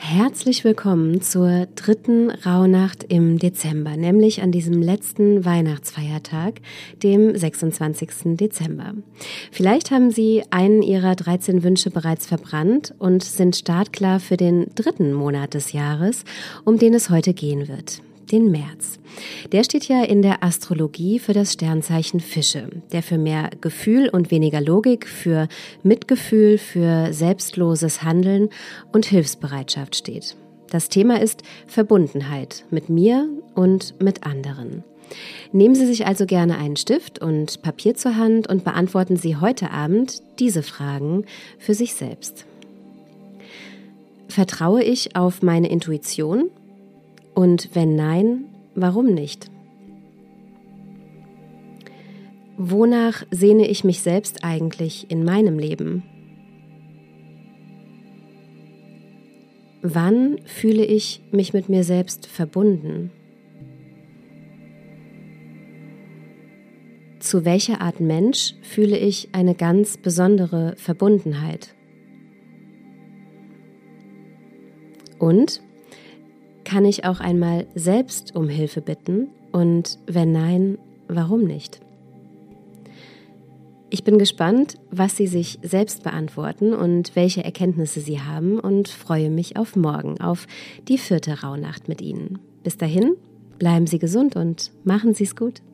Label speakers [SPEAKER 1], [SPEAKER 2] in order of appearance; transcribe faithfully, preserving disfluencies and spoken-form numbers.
[SPEAKER 1] Herzlich willkommen zur dritten Rauhnacht im Dezember, nämlich an diesem letzten Weihnachtsfeiertag, dem sechsundzwanzigsten Dezember. Vielleicht haben Sie einen Ihrer dreizehn Wünsche bereits verbrannt und sind startklar für den dritten Monat des Jahres, um den es heute gehen wird, den März. Der steht ja in der Astrologie für das Sternzeichen Fische, der für mehr Gefühl und weniger Logik, für Mitgefühl, für selbstloses Handeln und Hilfsbereitschaft steht. Das Thema ist Verbundenheit mit mir und mit anderen. Nehmen Sie sich also gerne einen Stift und Papier zur Hand und beantworten Sie heute Abend diese Fragen für sich selbst. Vertraue ich auf meine Intuition? Und wenn nein, warum nicht? Wonach sehne ich mich selbst eigentlich in meinem Leben? Wann fühle ich mich mit mir selbst verbunden? Zu welcher Art Mensch fühle ich eine ganz besondere Verbundenheit? Und kann ich auch einmal selbst um Hilfe bitten? Und wenn nein, warum nicht? Ich bin gespannt, was Sie sich selbst beantworten und welche Erkenntnisse Sie haben und freue mich auf morgen, auf die vierte Rauhnacht mit Ihnen. Bis dahin, bleiben Sie gesund und machen Sie es gut.